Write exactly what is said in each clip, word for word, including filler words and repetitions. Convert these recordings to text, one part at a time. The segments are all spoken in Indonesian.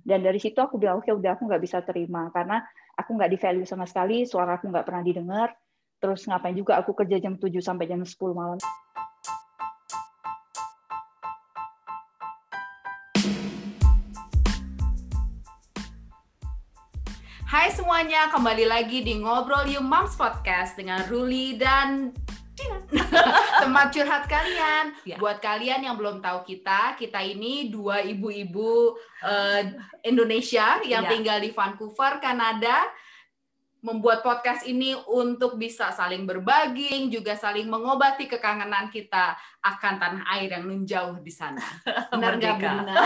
Dan dari situ aku bilang, oke, okay, udah aku nggak bisa terima karena aku nggak di-value sama sekali, suara aku nggak pernah didengar. Terus ngapain juga aku kerja jam tujuh sampai jam sepuluh malam. Hai semuanya, kembali lagi di Ngobrol You Moms Podcast dengan Ruli dan Dina. Tempat curhat kalian. Ya. Buat kalian yang belum tahu kita, kita ini dua ibu-ibu uh, Indonesia yang ya. tinggal di Vancouver, Kanada. Membuat podcast ini untuk bisa saling berbagi, juga saling mengobati kekangenan kita akan tanah air yang menjauh di sana. Benar nggak, Bu Dina?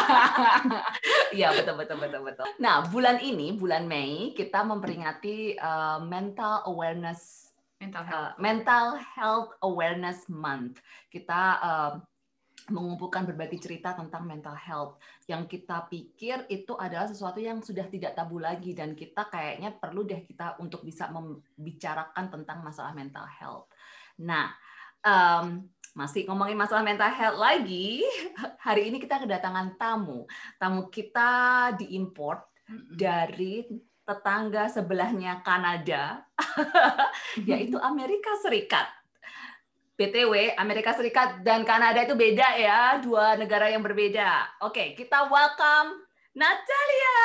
Iya, betul, betul, betul, betul. Nah, bulan ini, bulan Mei, kita memperingati uh, Mental Awareness, Mental Health. Uh, Mental Health Awareness Month. Kita uh, mengumpulkan berbagai cerita tentang mental health yang kita pikir itu adalah sesuatu yang sudah tidak tabu lagi, dan kita kayaknya perlu deh kita untuk bisa membicarakan tentang masalah mental health. Nah, um, masih ngomongin masalah mental health lagi, hari ini kita kedatangan tamu. Tamu kita diimport dari tetangga sebelahnya Kanada, yaitu Amerika Serikat. B T W, Amerika Serikat dan Kanada itu beda ya, dua negara yang berbeda. Oke, kita welcome Natalia.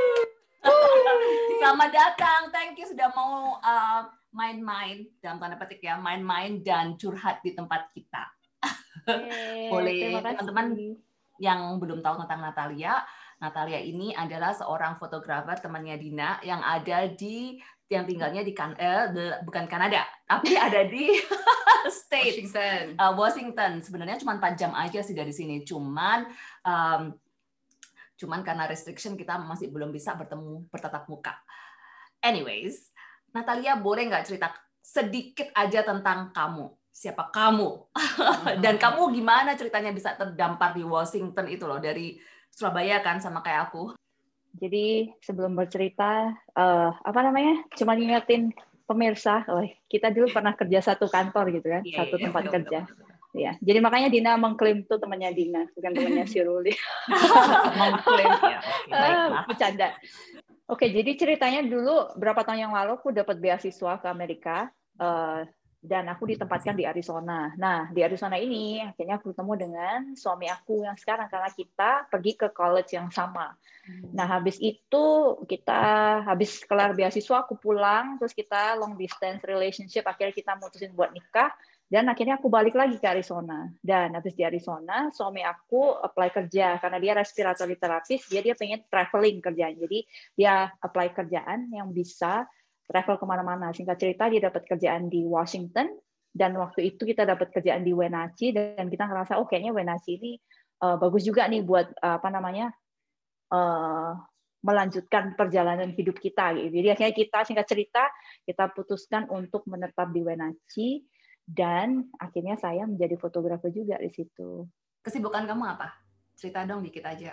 Selamat datang, thank you sudah mau uh, main-main, dalam tanda petik ya, main-main dan curhat di tempat kita. Hey, boleh teman-teman yang belum tahu tentang Natalia, Natalia ini adalah seorang fotografer temannya Dina yang ada di yang tinggalnya di kan eh, bukan Kanada, tapi ada di States, Washington. Uh, Washington. Sebenarnya cuma empat jam aja sih dari sini. Cuman um, cuman karena restriction kita masih belum bisa bertemu bertatap muka. Anyways, Natalia, boleh nggak cerita sedikit aja tentang kamu? Siapa kamu? Dan kamu gimana ceritanya bisa terdampar di Washington itu loh, dari Surabaya kan sama kayak aku. Jadi sebelum bercerita, uh, apa namanya? Cuma ngingetin pemirsa, oh, kita dulu pernah kerja satu kantor gitu kan, yeah, satu yeah, tempat yeah, kerja. Betul, betul. Ya, jadi makanya Dina mengklaim tuh temannya Dina, bukan temannya si Ruli. Mengklaim ya, okay, baiklah. Bercanda. Oke, jadi ceritanya dulu berapa tahun yang lalu aku dapat beasiswa ke Amerika. Uh, dan aku ditempatkan di Arizona. Nah, di Arizona ini akhirnya aku ketemu dengan suami aku yang sekarang karena kita pergi ke college yang sama. Nah, habis itu kita habis kelar beasiswa aku pulang, terus kita long distance relationship, akhirnya kita mutusin buat nikah, dan akhirnya aku balik lagi ke Arizona. Dan habis di Arizona, suami aku apply kerja karena dia respiratory therapist, dia dia pengen traveling kerjaan. Jadi dia apply kerjaan yang bisa travel kemana-mana. Singkat cerita, dia dapat kerjaan di Washington, dan waktu itu kita dapat kerjaan di Wenatchee, dan kita ngerasa, oh kayaknya Wenatchee ini uh, bagus juga nih buat uh, apa namanya uh, melanjutkan perjalanan hidup kita. Gitu. Jadi akhirnya kita, singkat cerita, kita putuskan untuk menetap di Wenatchee, dan akhirnya saya menjadi fotografer juga di situ. Kesibukan kamu apa? Cerita dong dikit aja.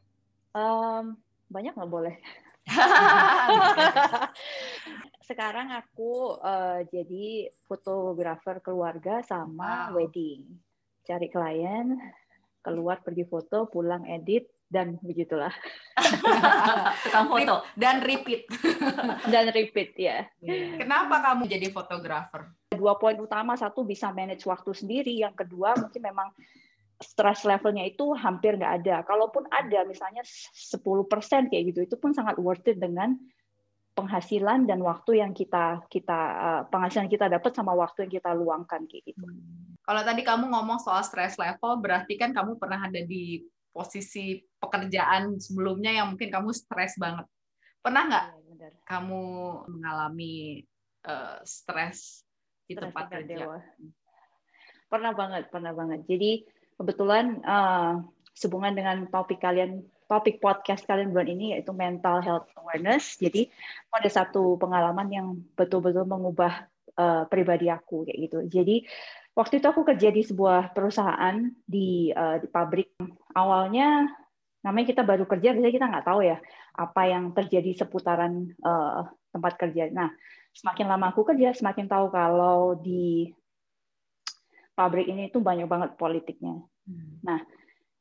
Um, banyak nggak boleh? Sekarang aku uh, jadi fotografer keluarga sama wow. wedding. Cari klien, keluar pergi foto, pulang edit, dan begitulah. Tukang foto dan repeat. Dan repeat ya. Yeah. Kenapa kamu jadi fotografer? Dua poin utama, satu bisa manage waktu sendiri, yang kedua mungkin memang stress levelnya itu hampir nggak ada. Kalaupun ada, misalnya sepuluh persen kayak gitu, itu pun sangat worth it dengan penghasilan dan waktu yang kita kita penghasilan kita dapat sama waktu yang kita luangkan kayak gitu. Hmm. Kalau tadi kamu ngomong soal stress level, berarti kan kamu pernah ada di posisi pekerjaan sebelumnya yang mungkin kamu stres banget. Pernah nggak ya, kamu mengalami uh, stres di stress tempat kerja? Dewa. Pernah banget, pernah banget. Jadi kebetulan uh, sehubungan dengan topik kalian, topik podcast kalian bulan ini yaitu mental health awareness. Jadi ada satu pengalaman yang betul-betul mengubah uh, pribadi aku kayak gitu. Jadi waktu itu aku kerja di sebuah perusahaan di, uh, di pabrik. Awalnya namanya kita baru kerja, biasanya kita nggak tahu ya apa yang terjadi seputaran uh, tempat kerja. Nah, semakin lama aku kerja, semakin tahu kalau di pabrik ini tuh banyak banget politiknya. Nah,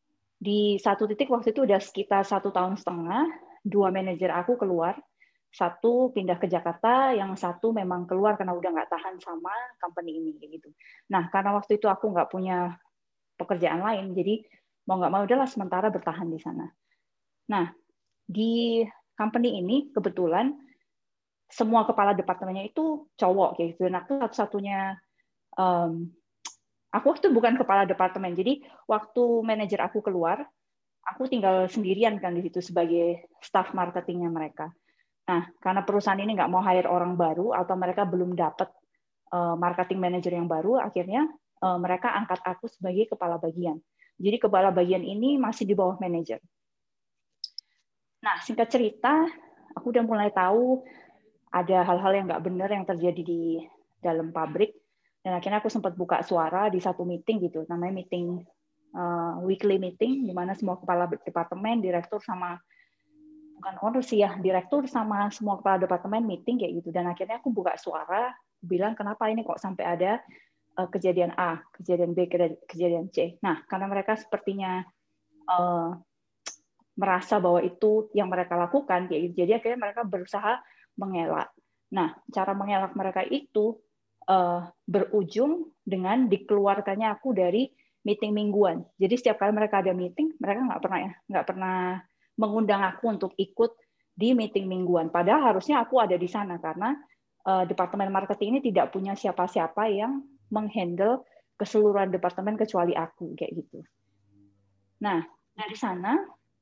di satu titik waktu itu udah sekitar satu tahun setengah, dua manajer aku keluar, satu pindah ke Jakarta, yang satu memang keluar karena udah nggak tahan sama company ini gitu. Nah, karena waktu itu aku nggak punya pekerjaan lain, jadi mau nggak mau udahlah sementara bertahan di sana. Nah, di company ini kebetulan semua kepala departemennya itu cowok kayak gitu. Dan aku satu-satunya, um, aku waktu bukan kepala departemen, jadi waktu manajer aku keluar, aku tinggal sendirian kan di situ sebagai staff marketingnya mereka. Nah, karena perusahaan ini nggak mau hire orang baru atau mereka belum dapat uh, marketing manager yang baru, akhirnya uh, mereka angkat aku sebagai kepala bagian. Jadi kepala bagian ini masih di bawah manajer. Nah, singkat cerita, aku udah mulai tahu ada hal-hal yang nggak benar yang terjadi di dalam pabrik, dan akhirnya aku sempat buka suara di satu meeting gitu, namanya meeting uh, weekly meeting, di mana semua kepala departemen, direktur sama bukan owner sih ya, direktur sama semua kepala departemen meeting kayak gitu, dan akhirnya aku buka suara, bilang kenapa ini kok sampai ada uh, kejadian A, kejadian B, kejadian C. Nah, karena mereka sepertinya uh, merasa bahwa itu yang mereka lakukan, kayak gitu. Jadi akhirnya mereka berusaha mengelak. Nah, cara mengelak mereka itu uh, berujung dengan dikeluarkannya aku dari meeting mingguan. Jadi setiap kali mereka ada meeting, mereka nggak pernah ya, nggak pernah mengundang aku untuk ikut di meeting mingguan. Padahal harusnya aku ada di sana karena uh, departemen marketing ini tidak punya siapa-siapa yang menghandle keseluruhan departemen kecuali aku, kayak gitu. Nah, dari sana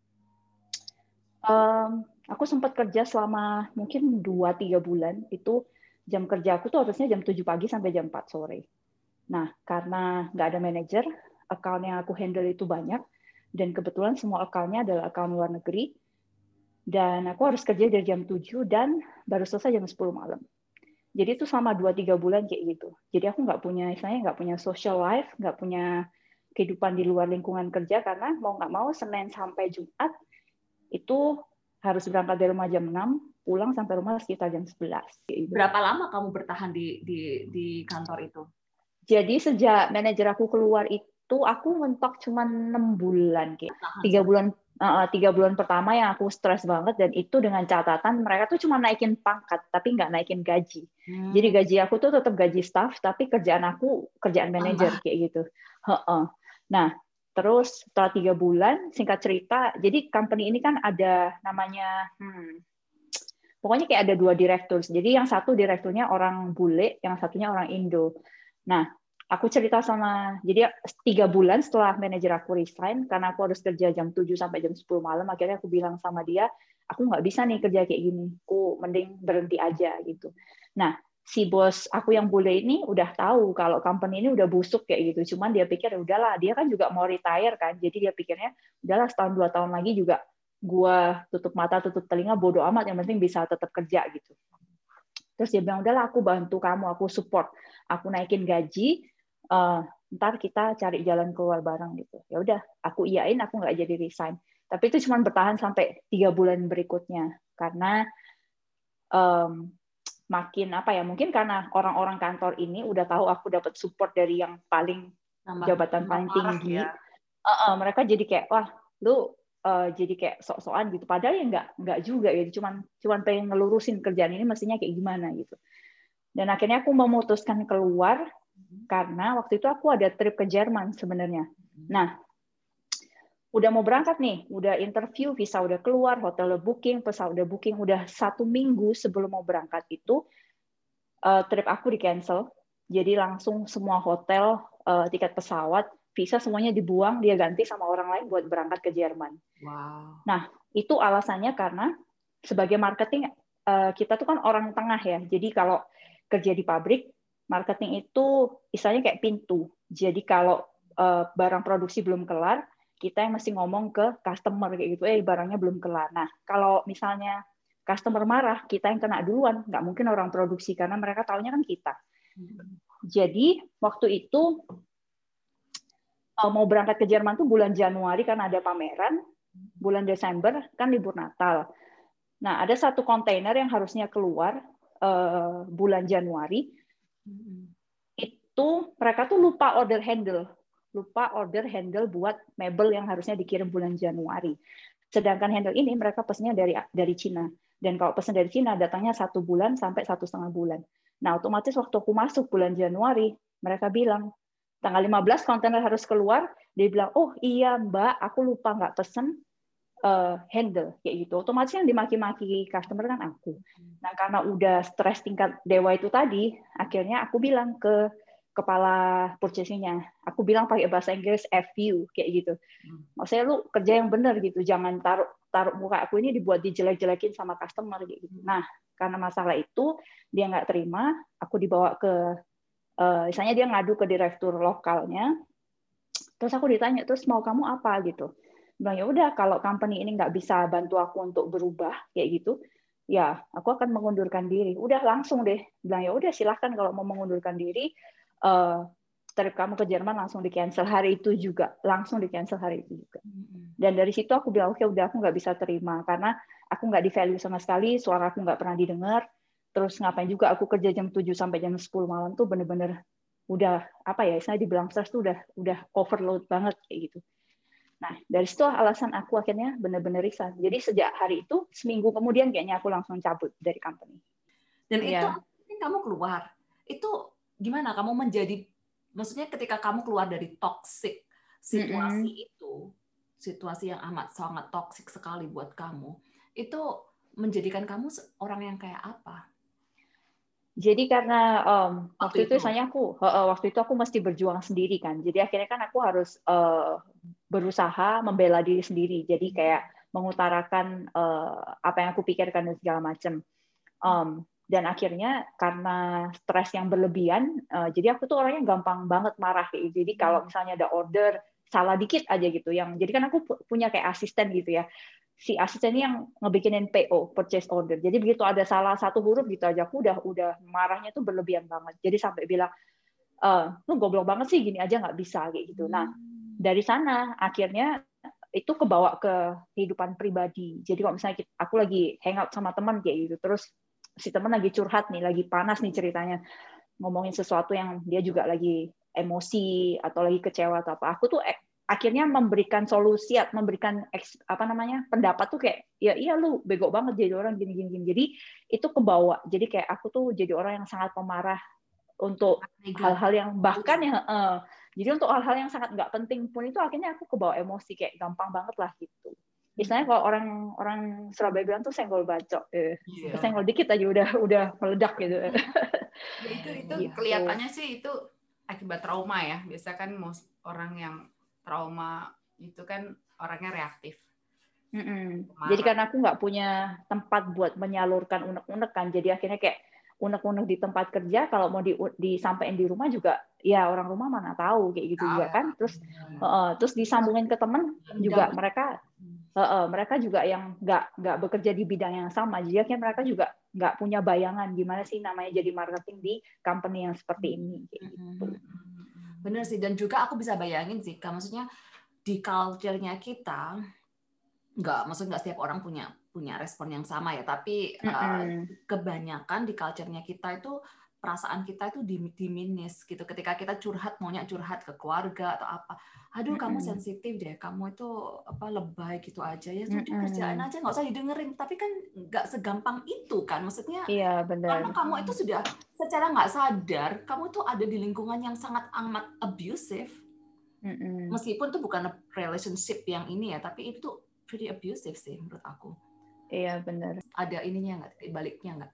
Um, aku sempat kerja selama mungkin dua tiga bulan, itu jam kerja aku tuh harusnya jam tujuh pagi sampai jam empat sore. Nah, karena nggak ada manajer, account yang aku handle itu banyak, dan kebetulan semua account-nya adalah account luar negeri, dan aku harus kerja dari jam tujuh dan baru selesai jam sepuluh malam. Jadi itu selama dua tiga bulan kayak gitu. Jadi aku nggak punya, istilahnya nggak punya social life, nggak punya kehidupan di luar lingkungan kerja, karena mau nggak mau Senin sampai Jumat itu harus berangkat dari rumah jam enam, pulang sampai rumah sekitar jam sebelas. Berapa lama kamu bertahan di di di kantor itu? Jadi sejak manajer aku keluar itu aku mentok cuma enam bulan, kayak tiga bulan uh, tiga bulan pertama yang aku stres banget, dan itu dengan catatan mereka tuh cuma naikin pangkat tapi nggak naikin gaji. Hmm. Jadi gaji aku tuh tetap gaji staff tapi kerjaan aku kerjaan manajer kayak gitu. Uh-uh. Nah, terus setelah tiga bulan, singkat cerita, jadi company ini kan ada namanya, hmm, pokoknya kayak ada dua direktur. Jadi yang satu direkturnya orang bule, yang satunya orang Indo. Nah, aku cerita sama, jadi tiga bulan setelah manajer aku resign, karena aku harus kerja jam tujuh sampai jam sepuluh malam, akhirnya aku bilang sama dia, aku nggak bisa nih kerja kayak gini, aku mending berhenti aja gitu. Nah, si bos aku yang bule ini udah tahu kalau company ini udah busuk kayak gitu. Cuman dia pikir ya udahlah, dia kan juga mau retire kan. Jadi dia pikirnya udahlah setahun dua tahun lagi juga gua tutup mata tutup telinga bodo amat, yang penting bisa tetap kerja gitu. Terus dia bilang udahlah aku bantu kamu, aku support, aku naikin gaji, uh, ntar kita cari jalan keluar bareng gitu. Ya udah, aku iyain, aku nggak jadi resign. Tapi itu cuma bertahan sampai tiga bulan berikutnya karena um, makin apa ya, mungkin karena orang-orang kantor ini udah tahu aku dapat support dari yang paling nambah, jabatan nambah paling tinggi, ya. uh, uh, mereka jadi kayak wah lu uh, jadi kayak sok-sokan gitu, padahal ya nggak nggak juga gitu, cuman cuman pengen ngelurusin kerjaan ini mestinya kayak gimana gitu. Dan akhirnya aku memutuskan keluar karena waktu itu aku ada trip ke Jerman sebenarnya. Nah, udah mau berangkat nih, udah interview, visa udah keluar, hotel udah booking, pesawat udah booking, udah satu minggu sebelum mau berangkat itu, uh, trip aku di cancel. Jadi langsung semua hotel, uh, tiket pesawat, visa semuanya dibuang, dia ganti sama orang lain buat berangkat ke Jerman. Wow. Nah, itu alasannya karena sebagai marketing, uh, kita tuh kan orang tengah ya, jadi kalau kerja di pabrik, marketing itu istilahnya kayak pintu. Jadi kalau uh, barang produksi belum kelar, kita yang mesti ngomong ke customer kayak gitu, eh barangnya belum kelar. Nah, kalau misalnya customer marah, kita yang kena duluan, nggak mungkin orang produksi karena mereka taunya kan kita. Jadi waktu itu mau berangkat ke Jerman tuh bulan Januari karena ada pameran, bulan Desember kan libur Natal. Nah, ada satu kontainer yang harusnya keluar uh, bulan Januari, itu mereka tuh lupa order handle. lupa order handle buat mebel yang harusnya dikirim bulan Januari. Sedangkan handle ini mereka pesennya dari dari Cina. Dan kalau pesan dari Cina datangnya satu bulan sampai satu setengah bulan. Nah, otomatis waktu aku masuk bulan Januari, mereka bilang tanggal lima belas kontainer harus keluar. Dia bilang, oh iya Mbak, aku lupa nggak pesen uh, handle kayak gitu. Otomatis yang dimaki-maki customer kan aku. Nah, karena udah stres tingkat dewa itu tadi, akhirnya aku bilang ke kepala purchasing-nya, aku bilang pakai bahasa Inggris F U kayak gitu. Maksudnya lu kerja yang benar gitu, jangan taruh taruh muka aku ini dibuat dijelek-jelekin sama customer kayak gitu. Nah, karena masalah itu dia nggak terima, aku dibawa ke uh, misalnya dia ngadu ke direktur lokalnya. Terus aku ditanya, terus mau kamu apa gitu? Bilang ya udah kalau company ini nggak bisa bantu aku untuk berubah kayak gitu, ya aku akan mengundurkan diri. Udah langsung deh, bilang ya udah silahkan kalau mau mengundurkan diri. Uh, trip kamu ke Jerman langsung di cancel hari itu juga, langsung di cancel hari itu juga. Dan dari situ aku bilang oke okay, udah aku nggak bisa terima karena aku nggak di value sama sekali, suara aku nggak pernah didengar. Terus ngapain juga aku kerja jam tujuh sampai jam sepuluh malam tuh bener-bener udah apa ya, saya dibilang stres tuh udah udah overload banget kayak gitu. Nah dari situ alasan aku akhirnya bener-bener resign. Jadi sejak hari itu seminggu kemudian kayaknya aku langsung cabut dari company. Dan itu ya. Kamu keluar itu gimana? Kamu menjadi, maksudnya ketika kamu keluar dari toxic situasi mm-hmm. itu, situasi yang amat sangat toxic sekali buat kamu, itu menjadikan kamu orang yang kayak apa? Jadi karena um, waktu, waktu itu misalnya aku uh, waktu itu aku mesti berjuang sendiri kan. Jadi akhirnya kan aku harus uh, berusaha membela diri sendiri. Jadi kayak mengutarakan uh, apa yang aku pikirkan dan segala macam. Um, dan akhirnya karena stres yang berlebihan, uh, jadi aku tuh orangnya gampang banget marah kayak gitu. Jadi kalau misalnya ada order salah dikit aja gitu, yang jadi kan aku punya kayak asisten gitu ya. Si asisten ini yang ngebikinin P O, purchase order. Jadi begitu ada salah satu huruf gitu aja, aku udah udah marahnya tuh berlebihan banget. Jadi sampai bilang, e, lu goblok banget sih, gini aja nggak bisa kayak gitu. Nah dari sana akhirnya itu kebawa ke kehidupan pribadi. Jadi kalau misalnya aku lagi hangout sama teman kayak gitu, terus si teman lagi curhat nih, lagi panas nih ceritanya, ngomongin sesuatu yang dia juga lagi emosi atau lagi kecewa atau apa, aku tuh akhirnya memberikan solusi, memberikan apa namanya pendapat tuh kayak ya iya lu bego banget jadi orang gini gini gini. Jadi itu kebawa. Jadi kayak aku tuh jadi orang yang sangat pemarah untuk hal-hal yang bahkan ya uh, jadi untuk hal-hal yang sangat nggak penting pun itu akhirnya aku kebawa emosi kayak gampang banget lah gitu. Misalnya kalau orang orang Surabaya bilang tuh senggol bacok, eh, yeah. senggol dikit aja udah udah meledak gitu. Ya, itu itu gitu. Kelihatannya sih itu akibat trauma ya. Biasa kan orang yang trauma itu kan orangnya reaktif. Mm-mm. Jadi karena aku nggak punya tempat buat menyalurkan unek-unek kan, jadi akhirnya kayak unek-unek di tempat kerja, kalau mau di, disampaikan di rumah juga, ya orang rumah mana tahu kayak gitu juga kan. Terus uh, terus disambungin ke teman juga mereka uh, uh, mereka juga yang nggak nggak bekerja di bidang yang sama, jadi akhirnya mereka juga nggak punya bayangan gimana sih namanya jadi marketing di company yang seperti ini. Kayak gitu. Bener sih, dan juga aku bisa bayangin sih, maksudnya di culture-nya kita, nggak, maksudnya nggak setiap orang punya punya respon yang sama ya, tapi mm-hmm. uh, kebanyakan di culture-nya kita itu perasaan kita itu diminis gitu. Ketika kita curhat, maunya curhat ke keluarga atau apa, aduh mm-hmm. kamu sensitif deh, kamu itu apa lebay gitu aja ya, sudah mm-hmm. kerjaan aja nggak usah didengerin. Tapi kan nggak segampang itu kan, maksudnya iya, benar. Karena kamu itu sudah secara nggak sadar, kamu tuh ada di lingkungan yang sangat amat abusive, mm-hmm. meskipun itu bukan relationship yang ini ya, tapi itu pretty abusive sih menurut aku. Iya benar. Ada ininya nggak, titik baliknya nggak?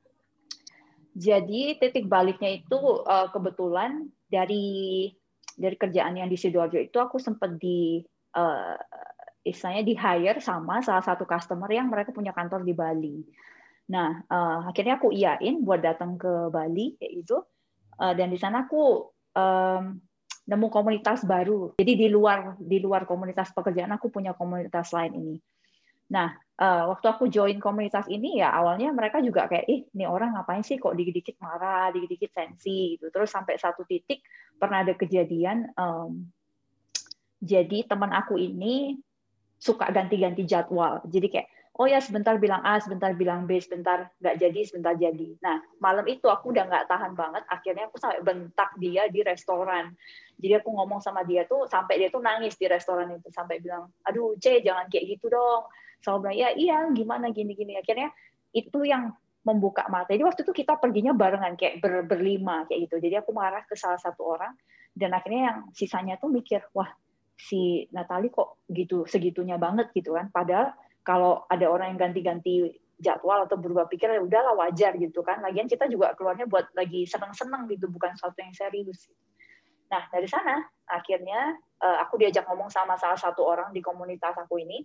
Jadi titik baliknya itu uh, kebetulan dari dari kerjaan yang di Sidoarjo itu aku sempat di uh, istilahnya di hire sama salah satu customer yang mereka punya kantor di Bali. Nah uh, akhirnya aku iyain buat datang ke Bali kayak gitu, uh, dan di sana aku um, nemu komunitas baru. Jadi di luar di luar komunitas pekerjaan aku punya komunitas lain ini. Nah, uh, waktu aku join komunitas ini ya awalnya mereka juga kayak, ih, ini orang ngapain sih kok dikit-dikit marah, dikit-dikit sensi gitu. Terus sampai satu titik pernah ada kejadian, um, jadi teman aku ini suka ganti-ganti jadwal. Jadi kayak, oh ya sebentar bilang A, sebentar bilang B, sebentar nggak jadi, sebentar jadi. Nah, malam itu aku udah nggak tahan banget, akhirnya aku sampai bentak dia di restoran. Jadi aku ngomong sama dia tuh, sampai dia tuh nangis di restoran itu, sampai bilang, aduh C, jangan kayak gitu dong. Sama bilang, ya iya, gimana gini-gini. Akhirnya itu yang membuka mata. Jadi waktu itu kita perginya barengan, kayak ber, berlima, kayak gitu. Jadi aku marah ke salah satu orang, dan akhirnya yang sisanya tuh mikir, wah, si Natalie kok gitu, segitunya banget gitu kan. Padahal kalau ada orang yang ganti-ganti jadwal atau berubah pikir, ya udahlah wajar gitu kan. Lagian kita juga keluarnya buat lagi seneng-seneng gitu, bukan sesuatu yang serius. Nah, dari sana akhirnya aku diajak ngomong sama salah satu orang di komunitas aku ini.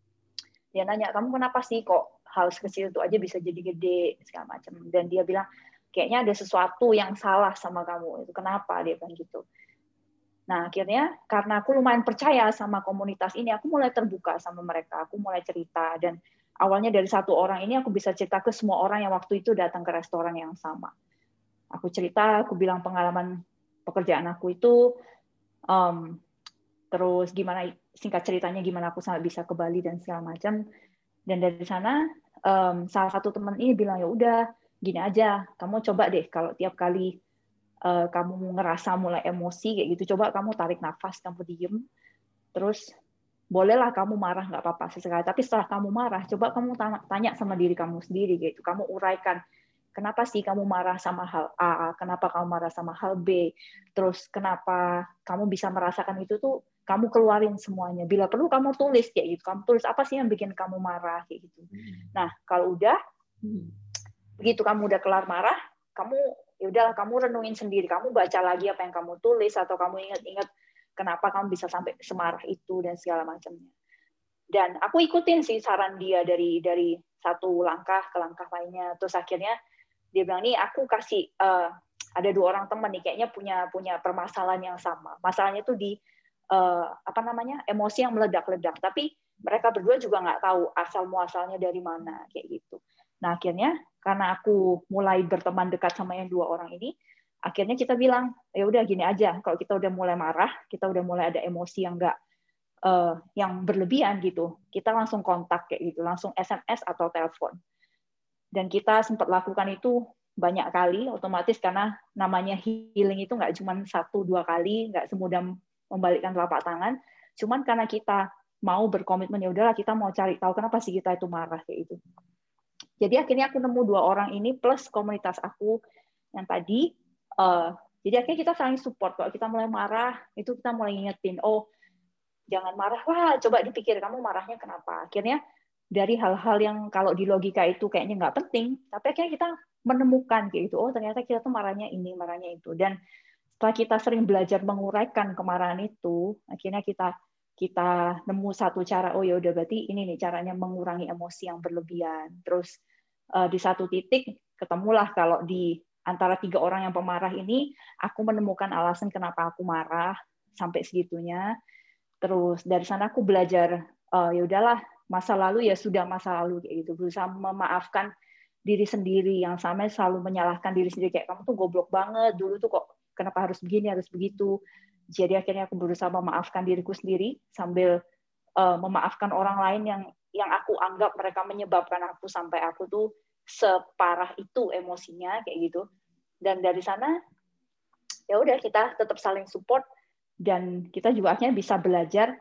Dia nanya, kamu kenapa sih kok hal kecil itu aja bisa jadi gede segala macam. Dan dia bilang, kayaknya ada sesuatu yang salah sama kamu. Itu kenapa? Dia bilang gitu. Nah, akhirnya karena aku lumayan percaya sama komunitas ini, aku mulai terbuka sama mereka. Aku mulai cerita. Dan awalnya dari satu orang ini, aku bisa cerita ke semua orang yang waktu itu datang ke restoran yang sama. Aku cerita, aku bilang pengalaman pekerjaan aku itu, um, terus gimana, singkat ceritanya gimana aku sampai bisa ke Bali dan segala macam. Dan dari sana, um, salah satu teman ini bilang, ya udah, gini aja, kamu coba deh kalau tiap kali Uh, kamu ngerasa mulai emosi kayak gitu, coba kamu tarik nafas, kamu diem, terus bolehlah kamu marah, nggak apa-apa sesekali, tapi setelah kamu marah, coba kamu tanya sama diri kamu sendiri gitu, kamu uraikan kenapa sih kamu marah sama hal A, kenapa kamu marah sama hal B, terus kenapa kamu bisa merasakan itu tuh, kamu keluarin semuanya, bila perlu kamu tulis kayak gitu, kamu tulis apa sih yang bikin kamu marah kayak gitu. Nah, kalau udah begitu kamu udah kelar marah, kamu ya udahlah kamu renungin sendiri, kamu baca lagi apa yang kamu tulis, atau kamu ingat-ingat kenapa kamu bisa sampai semarah itu dan segala macamnya. Dan aku ikutin sih saran dia dari dari satu langkah ke langkah lainnya. Terus akhirnya dia bilang, nih aku kasih uh, ada dua orang teman nih kayaknya punya punya permasalahan yang sama. Masalahnya tuh di uh, apa namanya emosi yang meledak-ledak. Tapi mereka berdua juga nggak tahu asal muasalnya dari mana kayak gitu. Nah akhirnya karena aku mulai berteman dekat sama yang dua orang ini, akhirnya kita bilang, ya udah gini aja, kalau kita udah mulai marah, kita udah mulai ada emosi yang enggak uh, yang berlebihan gitu, kita langsung kontak kayak gitu, langsung S M S atau telepon. Dan kita sempat lakukan itu banyak kali, otomatis karena namanya healing itu nggak cuma satu dua kali, nggak semudah membalikkan telapak tangan, cuman karena kita mau berkomitmen, ya udahlah kita mau cari tahu kenapa sih kita itu marah kayak gitu. Jadi akhirnya aku nemu dua orang ini plus komunitas aku yang tadi. Uh, jadi akhirnya kita saling support. Kalau kita mulai marah, itu kita mulai ngingetin, oh jangan marah lah, coba dipikir kamu marahnya kenapa. Akhirnya dari hal-hal yang kalau di logika itu kayaknya nggak penting, tapi akhirnya kita menemukan kayak gitu, oh ternyata kita tuh marahnya ini, marahnya itu. Dan setelah kita sering belajar menguraikan kemarahan itu, akhirnya kita kita nemu satu cara, oh ya udah berarti ini nih caranya mengurangi emosi yang berlebihan. Terus di satu titik ketemulah kalau di antara tiga orang yang pemarah ini, aku menemukan alasan kenapa aku marah sampai segitunya. Terus dari sana aku belajar, uh, ya udahlah masa lalu ya sudah masa lalu kayak gitu, berusaha memaafkan diri sendiri, yang sama selalu menyalahkan diri sendiri kayak kamu tuh goblok banget dulu tuh kok kenapa harus begini harus begitu. Jadi akhirnya aku berusaha memaafkan diriku sendiri sambil uh, memaafkan orang lain yang yang aku anggap mereka menyebabkan aku sampai aku tuh separah itu emosinya kayak gitu. Dan dari sana ya udah kita tetap saling support, dan kita juga akhirnya bisa belajar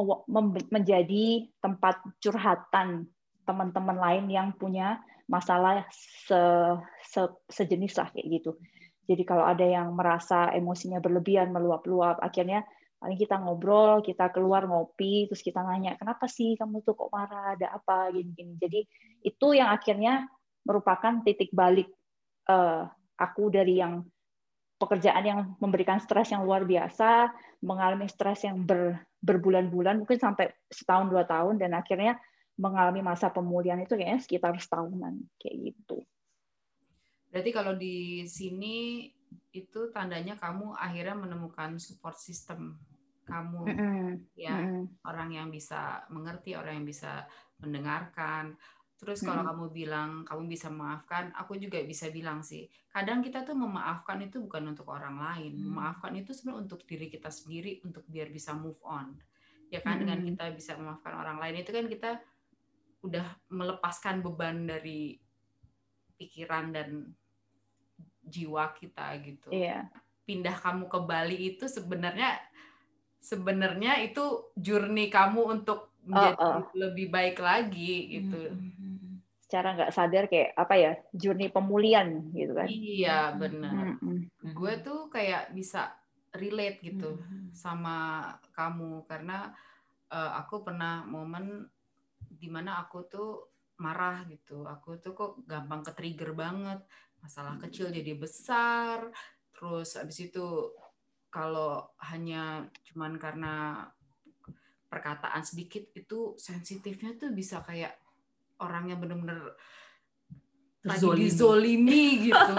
menjadi tempat curhatan teman-teman lain yang punya masalah se, se, sejenis lah kayak gitu. Jadi kalau ada yang merasa emosinya berlebihan, meluap-luap, akhirnya paling kita ngobrol, kita keluar ngopi, terus kita nanya, kenapa sih kamu tuh kok marah, ada apa, gini-gini. Jadi itu yang akhirnya merupakan titik balik uh, aku dari yang pekerjaan yang memberikan stres yang luar biasa, mengalami stres yang ber, berbulan-bulan, mungkin sampai setahun dua tahun, dan akhirnya mengalami masa pemulihan itu kayaknya sekitar setahunan kayak gitu. Berarti kalau di sini itu tandanya kamu akhirnya menemukan support system kamu, mm-hmm. ya mm-hmm. orang yang bisa mengerti, orang yang bisa mendengarkan. Terus kalau mm-hmm. kamu bilang kamu bisa memaafkan, aku juga bisa bilang sih, kadang kita tuh memaafkan itu bukan untuk orang lain, mm-hmm. memaafkan itu sebenarnya untuk diri kita sendiri, untuk biar bisa move on. Ya kan, mm-hmm. dengan kita bisa memaafkan orang lain itu kan kita udah melepaskan beban dari pikiran dan jiwa kita gitu. Iya. Pindah kamu ke Bali itu sebenarnya sebenarnya itu journey kamu untuk menjadi Uh, uh. lebih baik lagi gitu. Mm-hmm. Secara nggak sadar kayak apa ya, journey pemulihan gitu kan. Iya benar. Mm-hmm. Gue tuh kayak bisa relate gitu mm-hmm. sama kamu karena uh, aku pernah momen dimana aku tuh marah gitu. Aku tuh kok gampang ke-trigger banget. Masalah kecil jadi besar. Terus abis itu kalau hanya cuman karena perkataan sedikit itu sensitifnya tuh bisa kayak orang yang bener-bener lagi dizolimi gitu.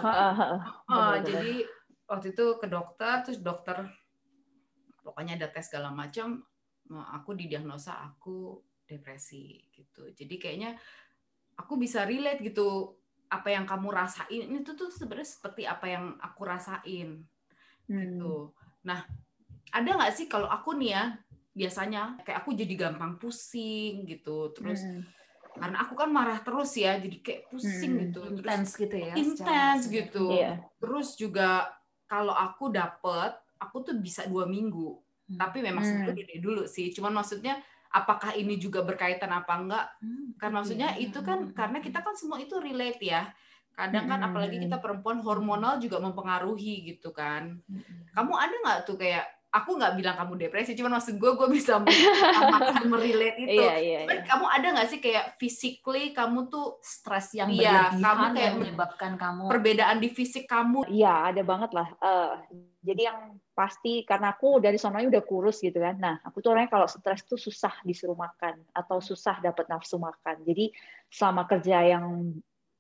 uh, jadi waktu itu ke dokter, terus dokter pokoknya ada tes segala macam, aku didiagnosa aku depresi gitu. Jadi kayaknya aku bisa relate gitu, apa yang kamu rasain itu tuh sebenarnya seperti apa yang aku rasain gitu. Hmm. Nah, ada nggak sih kalau aku nih ya biasanya kayak aku jadi gampang pusing gitu, terus hmm. karena aku kan marah terus ya, jadi kayak pusing hmm. gitu, intens gitu ya, intens gitu. Iya. Terus juga kalau aku dapet, aku tuh bisa dua minggu, hmm. tapi memang hmm. sebenarnya dulu sih. Cuman maksudnya apakah ini juga berkaitan apa enggak? Hmm, kan maksudnya ya. Itu kan hmm. karena kita kan semua itu relate ya. Kadang kan hmm. apalagi kita perempuan hormonal juga mempengaruhi gitu kan. Hmm. Kamu ada nggak tuh kayak, aku nggak bilang kamu depresi, cuman maksud gue gue bisa mengamalkan merelate itu. Iya, iya, iya. Kamu ada nggak sih kayak physically kamu tuh stres yang iya, berlebihan kamu kayak yang menyebabkan kamu perbedaan di fisik kamu? Iya, ada banget lah. Uh, jadi yang pasti karena aku dari sononya udah kurus gitu kan. Nah, aku tuh orangnya kalau stres tuh susah disuruh makan atau susah dapat nafsu makan. Jadi selama kerja yang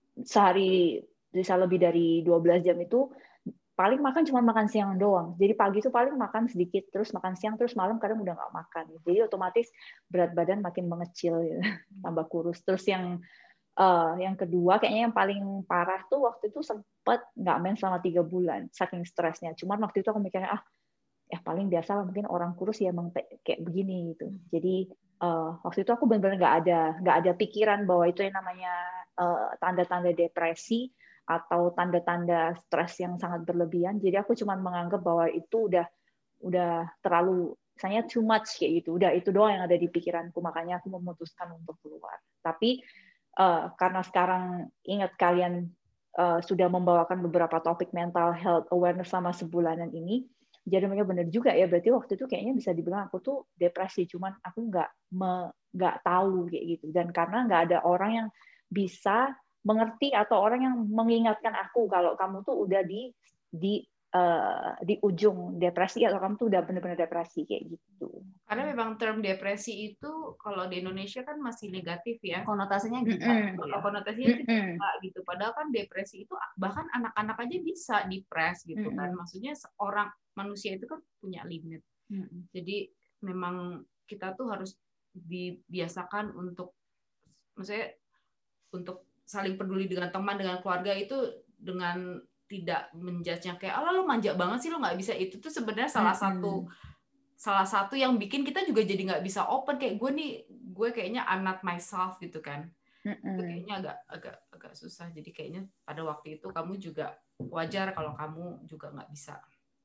sehari bisa lebih dari dua belas jam itu paling makan cuma makan siang doang. Jadi pagi itu paling makan sedikit, terus makan siang, terus malam kadang udah nggak makan. Jadi otomatis berat badan makin mengecil, gitu. Tambah kurus. Terus yang uh, yang kedua, kayaknya yang paling parah tuh waktu itu sempat nggak main selama tiga bulan, saking stresnya. Cuman waktu itu aku mikirnya, ah, ya paling biasa lah, mungkin orang kurus ya emang kayak begini gitu. Jadi uh, waktu itu aku benar-benar nggak ada nggak ada pikiran bahwa itu yang namanya uh, tanda-tanda depresi atau tanda-tanda stres yang sangat berlebihan. Jadi aku cuma menganggap bahwa itu udah udah terlalu, misalnya too much kayak gitu. Udah itu doang yang ada di pikiranku, makanya aku memutuskan untuk keluar. Tapi uh, karena sekarang ingat kalian uh, sudah membawakan beberapa topik mental health awareness selama sebulanan ini, jadi mereka benar juga ya. Berarti waktu itu kayaknya bisa dibilang aku tuh depresi, cuman aku nggak nggak tahu kayak gitu. Dan karena nggak ada orang yang bisa mengerti atau orang yang mengingatkan aku kalau kamu tuh udah di di uh, di ujung depresi atau kamu tuh udah benar-benar depresi kayak gitu. Karena memang term depresi itu kalau di Indonesia kan masih negatif ya, konotasinya gitu. Mm-hmm. Ya. Konotasinya itu mm-hmm. gitu. Padahal kan depresi itu bahkan anak-anak aja bisa depres gitu mm-hmm. kan. Maksudnya seorang manusia itu kan punya limit. Mm-hmm. Jadi memang kita tuh harus dibiasakan untuk, maksudnya untuk saling peduli dengan teman, dengan keluarga itu dengan tidak menjudge-nya kayak, oh lo manja banget sih, lo nggak bisa. Itu tuh sebenarnya salah mm-hmm. satu salah satu yang bikin kita juga jadi nggak bisa open, kayak gue nih, gue kayaknya I'm not myself gitu kan. Mm-hmm. Itu kayaknya agak agak agak susah. Jadi kayaknya pada waktu itu kamu juga wajar kalau kamu juga nggak bisa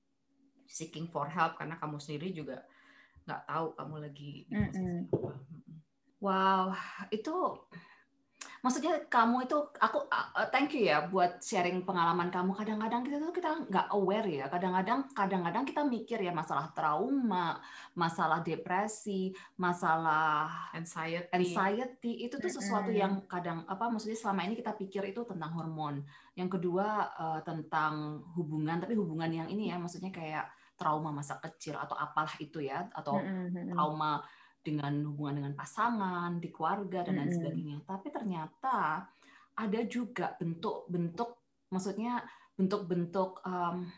seeking for help karena kamu sendiri juga nggak tahu kamu lagi di posisi mm-hmm. apa. Wow, itu maksudnya kamu itu, aku uh, thank you ya buat sharing pengalaman kamu. Kadang-kadang kita tuh kita nggak aware ya. Kadang-kadang kadang-kadang kita mikir ya masalah trauma, masalah depresi, masalah anxiety. Anxiety itu tuh sesuatu yang kadang apa maksudnya selama ini kita pikir itu tentang hormon. Yang kedua uh, tentang hubungan, tapi hubungan yang ini ya maksudnya kayak trauma masa kecil atau apalah itu ya, atau trauma dengan hubungan dengan pasangan, di keluarga, dan lain sebagainya. Mm-hmm. Tapi ternyata ada juga bentuk-bentuk, maksudnya bentuk-bentuk um,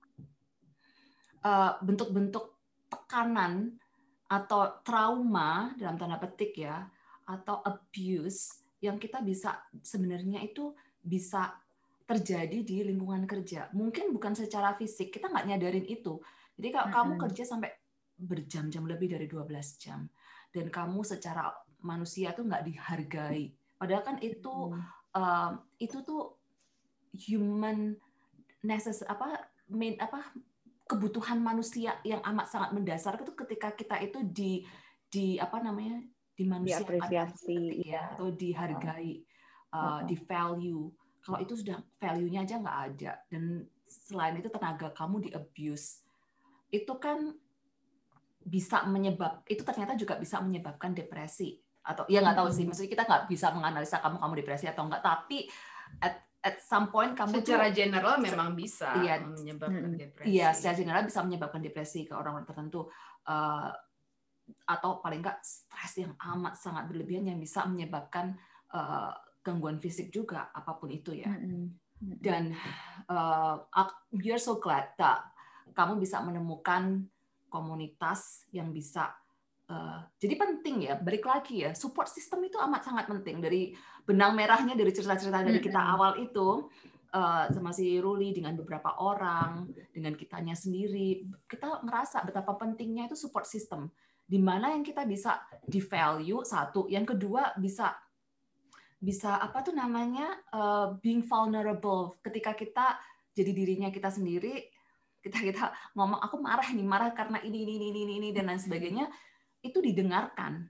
uh, bentuk-bentuk tekanan atau trauma dalam tanda petik ya, atau abuse yang kita bisa sebenarnya itu bisa terjadi di lingkungan kerja. Mungkin bukan secara fisik, kita nggak nyadarin itu. Jadi kalau mm-hmm. kamu kerja sampai berjam-jam lebih dari dua belas jam, dan kamu secara manusia tuh nggak dihargai. Padahal kan itu Hmm. uh, itu tuh human necess apa main apa kebutuhan manusia yang amat sangat mendasar itu ketika kita itu di di apa namanya dimanusiakan Diapresiasi, ya, ya. atau dihargai, uh, Uh-uh. di value. Kalau itu sudah value-nya aja nggak ada, dan selain itu tenaga kamu di abuse, itu kan bisa menyebab itu ternyata juga bisa menyebabkan depresi atau ya nggak tahu sih, maksudnya kita nggak bisa menganalisa kamu kamu depresi atau enggak, tapi at at some point kamu secara tuh, general memang bisa iya, menyebabkan depresi. Iya, secara general bisa menyebabkan depresi ke orang-orang tertentu, uh, atau paling nggak stres yang amat sangat berlebihan yang bisa menyebabkan uh, gangguan fisik juga, apapun itu ya. Dan uh, you're so glad that kamu bisa menemukan komunitas yang bisa uh, jadi penting ya, balik lagi ya, support system itu amat sangat penting. Dari benang merahnya dari cerita-cerita dari kita awal itu, uh, sama si Ruli dengan beberapa orang, dengan kitanya sendiri, kita ngerasa betapa pentingnya itu support system, di mana yang kita bisa di value satu, yang kedua bisa bisa apa tuh namanya uh, being vulnerable, ketika kita jadi dirinya kita sendiri, kita kita ngomong aku marah nih, marah karena ini ini ini ini, ini dan lain sebagainya, itu didengarkan.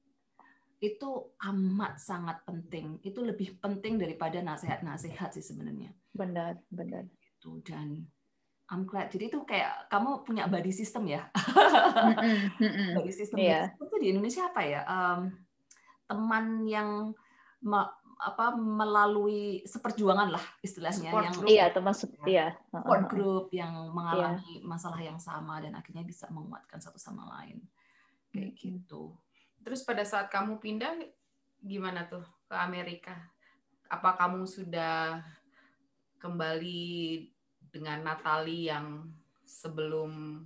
Itu amat sangat penting. Itu lebih penting daripada nasihat-nasihat sih sebenarnya. Benar, benar. Itu, dan I'm glad. Jadi itu kayak kamu punya body system ya. Mm-mm, mm-mm. Body system Yeah. itu di Indonesia apa ya? Um, teman yang me, apa melalui seperjuangan lah istilahnya, support yang group. Iya, teman iya. support group yang mengalami yeah. masalah yang sama dan akhirnya bisa menguatkan satu sama lain. Kayak Mm-hmm. gitu. Terus pada saat kamu pindah gimana tuh ke Amerika? Apa kamu sudah kembali dengan Natalie yang sebelum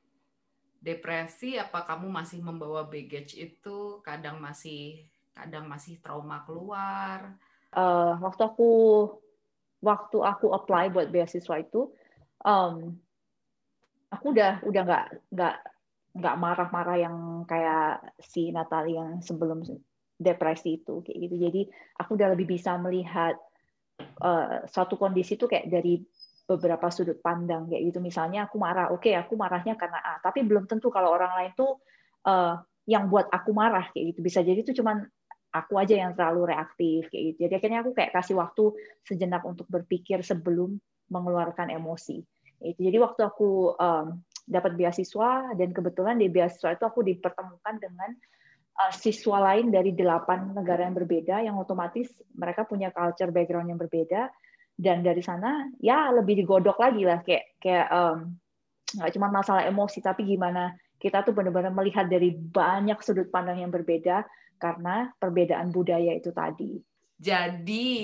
depresi? Apa kamu masih membawa baggage itu? Kadang masih kadang masih trauma keluar? Uh, waktu aku waktu aku apply buat beasiswa itu, um, aku udah udah nggak nggak nggak marah-marah yang kayak si Natalie yang sebelum depresi itu kayak gitu. Jadi aku udah lebih bisa melihat uh, suatu kondisi itu kayak dari beberapa sudut pandang kayak gitu. Misalnya aku marah, oke okay, aku marahnya karena A, tapi belum tentu kalau orang lain tuh uh, yang buat aku marah kayak gitu. Bisa jadi itu cuman aku aja yang terlalu reaktif kayak gitu. Jadi akhirnya aku kayak kasih waktu sejenak untuk berpikir sebelum mengeluarkan emosi. Itu. Jadi waktu aku um, dapat beasiswa, dan kebetulan di beasiswa itu aku dipertemukan dengan uh, siswa lain dari delapan negara yang berbeda, yang otomatis mereka punya culture background yang berbeda, dan dari sana ya lebih digodok lagi lah, kayak kayak um, nggak cuma masalah emosi, tapi gimana kita tuh benar-benar melihat dari banyak sudut pandang yang berbeda karena perbedaan budaya itu tadi. Jadi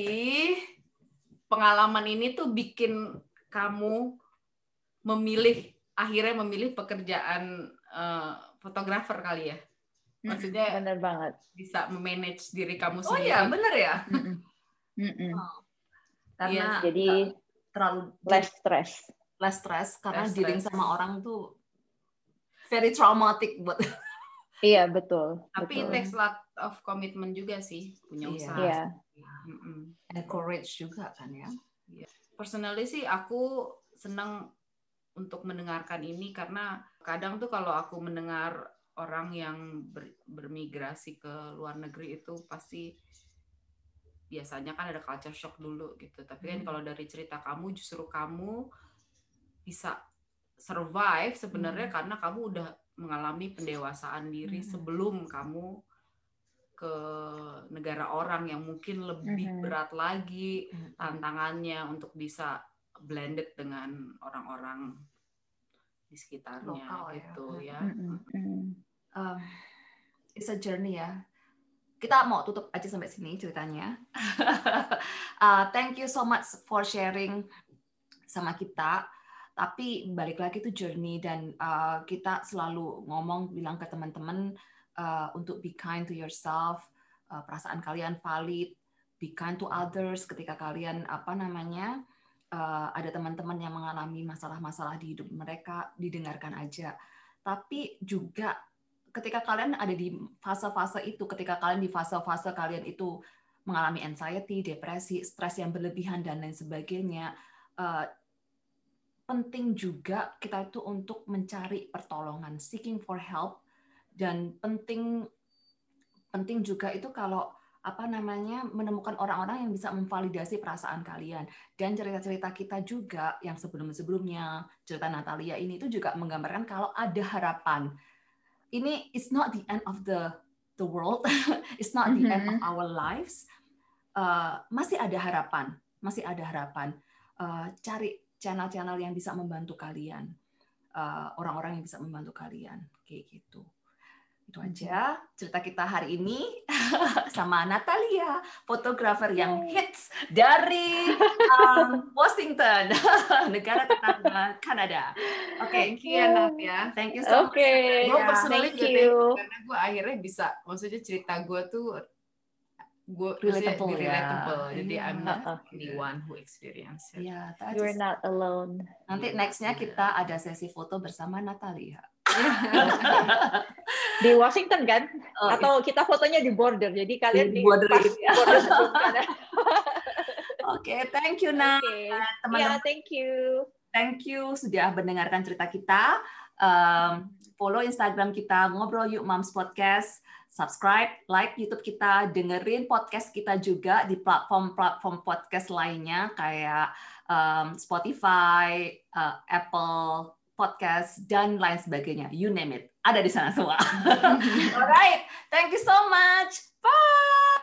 pengalaman ini tuh bikin kamu memilih akhirnya memilih pekerjaan uh, fotografer kali ya, maksudnya bener banget, bisa memanage diri kamu Oh sendiri. iya bener ya. Mm-mm. Mm-mm. Oh. Karena yes. Jadi terlalu less stress, less stress karena less dealing stress. sama orang tuh very traumatic buat. iya betul. Tapi betul. it takes a lot of commitment juga sih, punya usaha. Iya. Mm-mm. And courage juga kan ya. Personally sih aku senang untuk mendengarkan ini, karena kadang tuh kalau aku mendengar orang yang ber, bermigrasi ke luar negeri itu pasti biasanya kan ada culture shock dulu gitu. Tapi kan kalau dari cerita kamu, justru kamu bisa survive sebenarnya hmm. karena kamu udah mengalami pendewasaan diri hmm. sebelum kamu ke negara orang yang mungkin lebih hmm. berat lagi tantangannya untuk bisa blended dengan orang-orang di sekitarnya. Lokal, gitu ya. ya. Mm-hmm. Um, it's a journey ya. Kita mau tutup aja sampai sini ceritanya. uh, thank you so much for sharing sama kita. Tapi balik lagi itu journey, dan uh, kita selalu ngomong bilang ke teman-teman uh, untuk be kind to yourself. Uh, perasaan kalian valid. Be kind to others ketika kalian apa namanya uh, ada teman-teman yang mengalami masalah-masalah di hidup mereka, didengarkan aja. Tapi juga ketika kalian ada di fase-fase itu, ketika kalian di fase-fase kalian itu mengalami anxiety, depresi, stres yang berlebihan dan lain sebagainya, uh, penting juga kita itu untuk mencari pertolongan, seeking for help, dan penting penting juga itu kalau apa namanya menemukan orang-orang yang bisa memvalidasi perasaan kalian. Dan cerita-cerita kita juga yang sebelum-sebelumnya, cerita Natalia ini itu juga menggambarkan kalau ada harapan. Ini it's not the end of the the world, it's not the end of our lives. Uh, masih ada harapan, masih ada harapan. Uh, cari channel-channel yang bisa membantu kalian, uh, orang-orang yang bisa membantu kalian, kayak gitu. Itu aja cerita kita hari ini sama Natalia, fotografer yang hits dari um, Washington, negara tetangga Kanada. Oke, okay. Thank you ya Nat ya. Thank you so much. Okay. Gue personally Thank juga you. thank you karena gue akhirnya bisa, maksudnya cerita gue tuh gue relatable, relatable. Ya. Jadi yeah. I'm not the only one who experience it. Yeah, you're just... not alone. Nanti nextnya kita ada sesi foto bersama Natalia. Di Washington kan? Oh, atau kita fotonya di border, jadi kalian di, di border, pas ya. border sebelum Kanada. Oke, thank you Nat. Okay. Teman-teman, yeah, thank you. Thank you sudah mendengarkan cerita kita. Um, follow Instagram kita Ngobrol Yuk Moms Podcast. Subscribe, like YouTube kita, dengerin podcast kita juga di platform-platform podcast lainnya kayak um, Spotify, uh, Apple Podcast, dan lain sebagainya. You name it. Ada di sana semua. Alright, thank you so much. Bye!